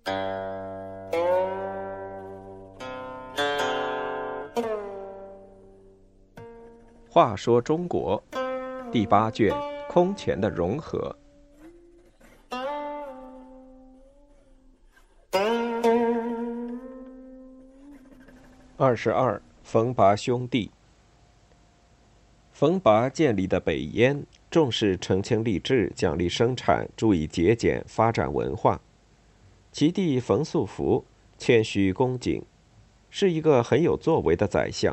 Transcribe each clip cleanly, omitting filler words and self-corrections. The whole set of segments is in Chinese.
话说中国第8卷空前的融合。22冯拔兄弟。冯拔建立的北燕重视澄清吏治，奖励生产，注意节俭，发展文化。其弟冯素福谦虚恭谨，是一个很有作为的宰相。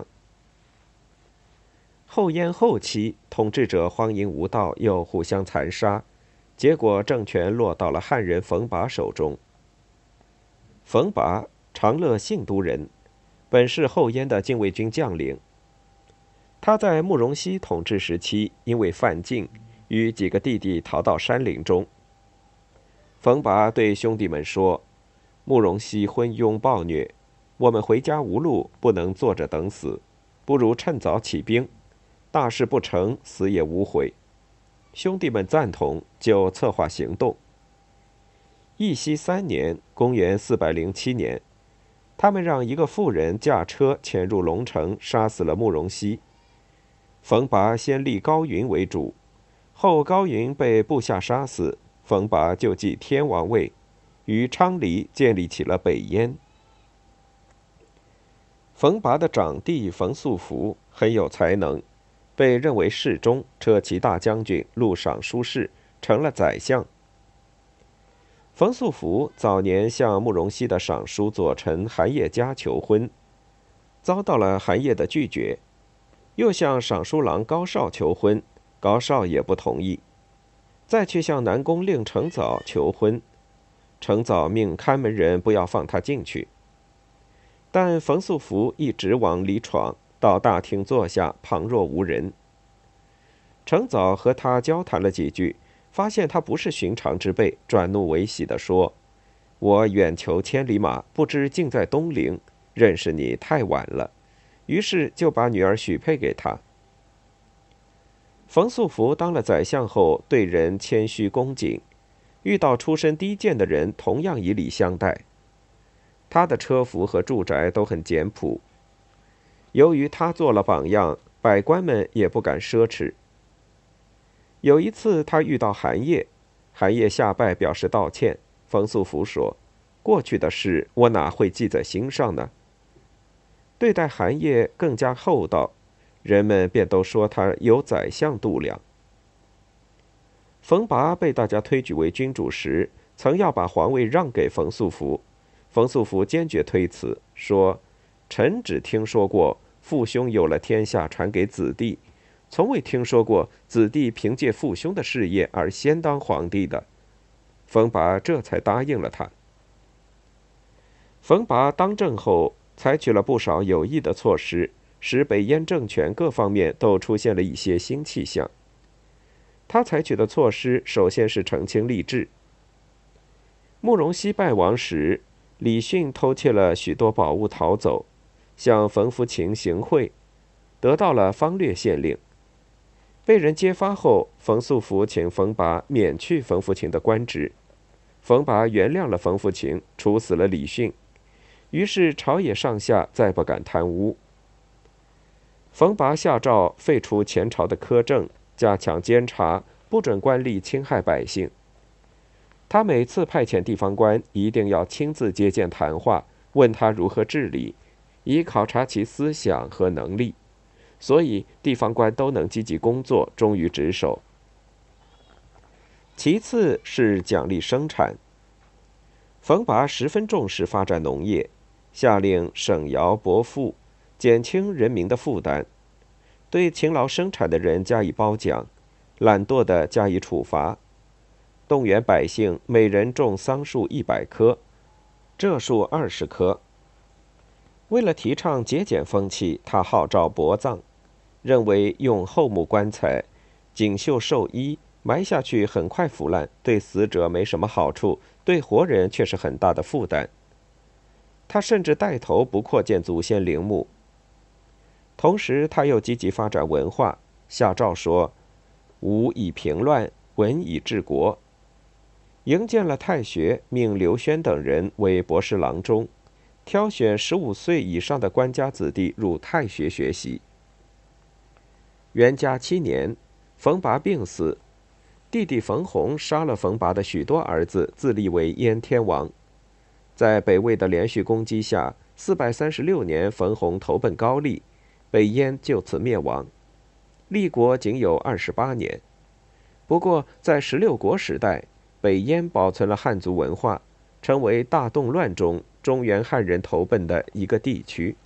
后燕后期，统治者荒淫无道，又互相残杀，结果政权落到了汉人冯拔手中。冯拔，长乐信都人，本是后燕的禁卫军将领。他在慕容熙统治时期，因为犯禁，与几个弟弟逃到山林中。冯拔对兄弟们说：“慕容熙昏庸暴虐，我们回家无路，不能坐着等死，不如趁早起兵。大事不成，死也无悔。”兄弟们赞同，就策划行动。义熙3年，公元407年，他们让一个妇人驾车潜入龙城，杀死了慕容熙。冯拔先立高云为主，后高云被部下杀死，冯拔就继天王位，于昌黎建立起了北燕。冯拔的长弟冯素福很有才能，被任为侍中、车骑大将军、录尚书事，成了宰相。冯素福早年向慕容熙的尚书左丞韩业嘉求婚，遭到了韩业的拒绝，又向尚书郎高绍求婚，高绍也不同意，再去向南宫令程藻求婚，程藻命看门人不要放他进去。但冯素福一直往里闯，到大厅坐下，旁若无人。程藻和他交谈了几句，发现他不是寻常之辈，转怒为喜地说：“我远求千里马，不知竟在东陵，认识你太晚了。”于是就把女儿许配给他。冯素福当了宰相后，对人谦虚恭谨，遇到出身低贱的人，同样以礼相待。他的车服和住宅都很简朴。由于他做了榜样，百官们也不敢奢侈。有一次，他遇到韩业，韩业下拜表示道歉。冯素福说：“过去的事，我哪会记在心上呢？”对待韩业更加厚道，人们便都说他有宰相度量。冯拔被大家推举为君主时，曾要把皇位让给冯素福，冯素福坚决推辞，说：“臣只听说过父兄有了天下传给子弟，从未听说过子弟凭借父兄的事业而先当皇帝的。”冯拔这才答应了他。冯拔当政后，采取了不少有益的措施，使北燕政权各方面都出现了一些新气象。他采取的措施，首先是澄清吏治。慕容熙败亡时，李训偷窃了许多宝物逃走，向冯福琴行贿，得到了方略县令。被人揭发后，冯素福请冯拔免去冯福琴的官职，冯拔原谅了冯福琴，处死了李训。于是朝野上下再不敢贪污。冯拔下诏废除前朝的苛政，加强监察，不准官吏侵害百姓。他每次派遣地方官，一定要亲自接见谈话，问他如何治理，以考察其思想和能力，所以地方官都能积极工作，忠于职守。其次是奖励生产。冯拔十分重视发展农业，下令省徭拨赋，减轻人民的负担，对勤劳生产的人加以褒奖，懒惰的加以处罚，动员百姓每人种桑树100棵，柘树20棵。为了提倡节俭风气，他号召薄葬，认为用厚木棺材、锦绣寿衣埋下去很快腐烂，对死者没什么好处，对活人却是很大的负担。他甚至带头不扩建祖先陵墓。同时，他又积极发展文化，下诏说：“武以平乱，文以治国。” 营建了太学，命刘宣等人为博士郎中，挑选15岁以上的官家子弟入太学学习。元嘉7年，冯拔病死，弟弟冯弘杀了冯拔的许多儿子，自立为燕天王。在北魏的连续攻击下，436年，冯弘投奔高丽，北燕就此灭亡。立国仅有28年。不过，在16国时代，北燕保存了汉族文化，成为大动乱中中原汉人投奔的一个地区。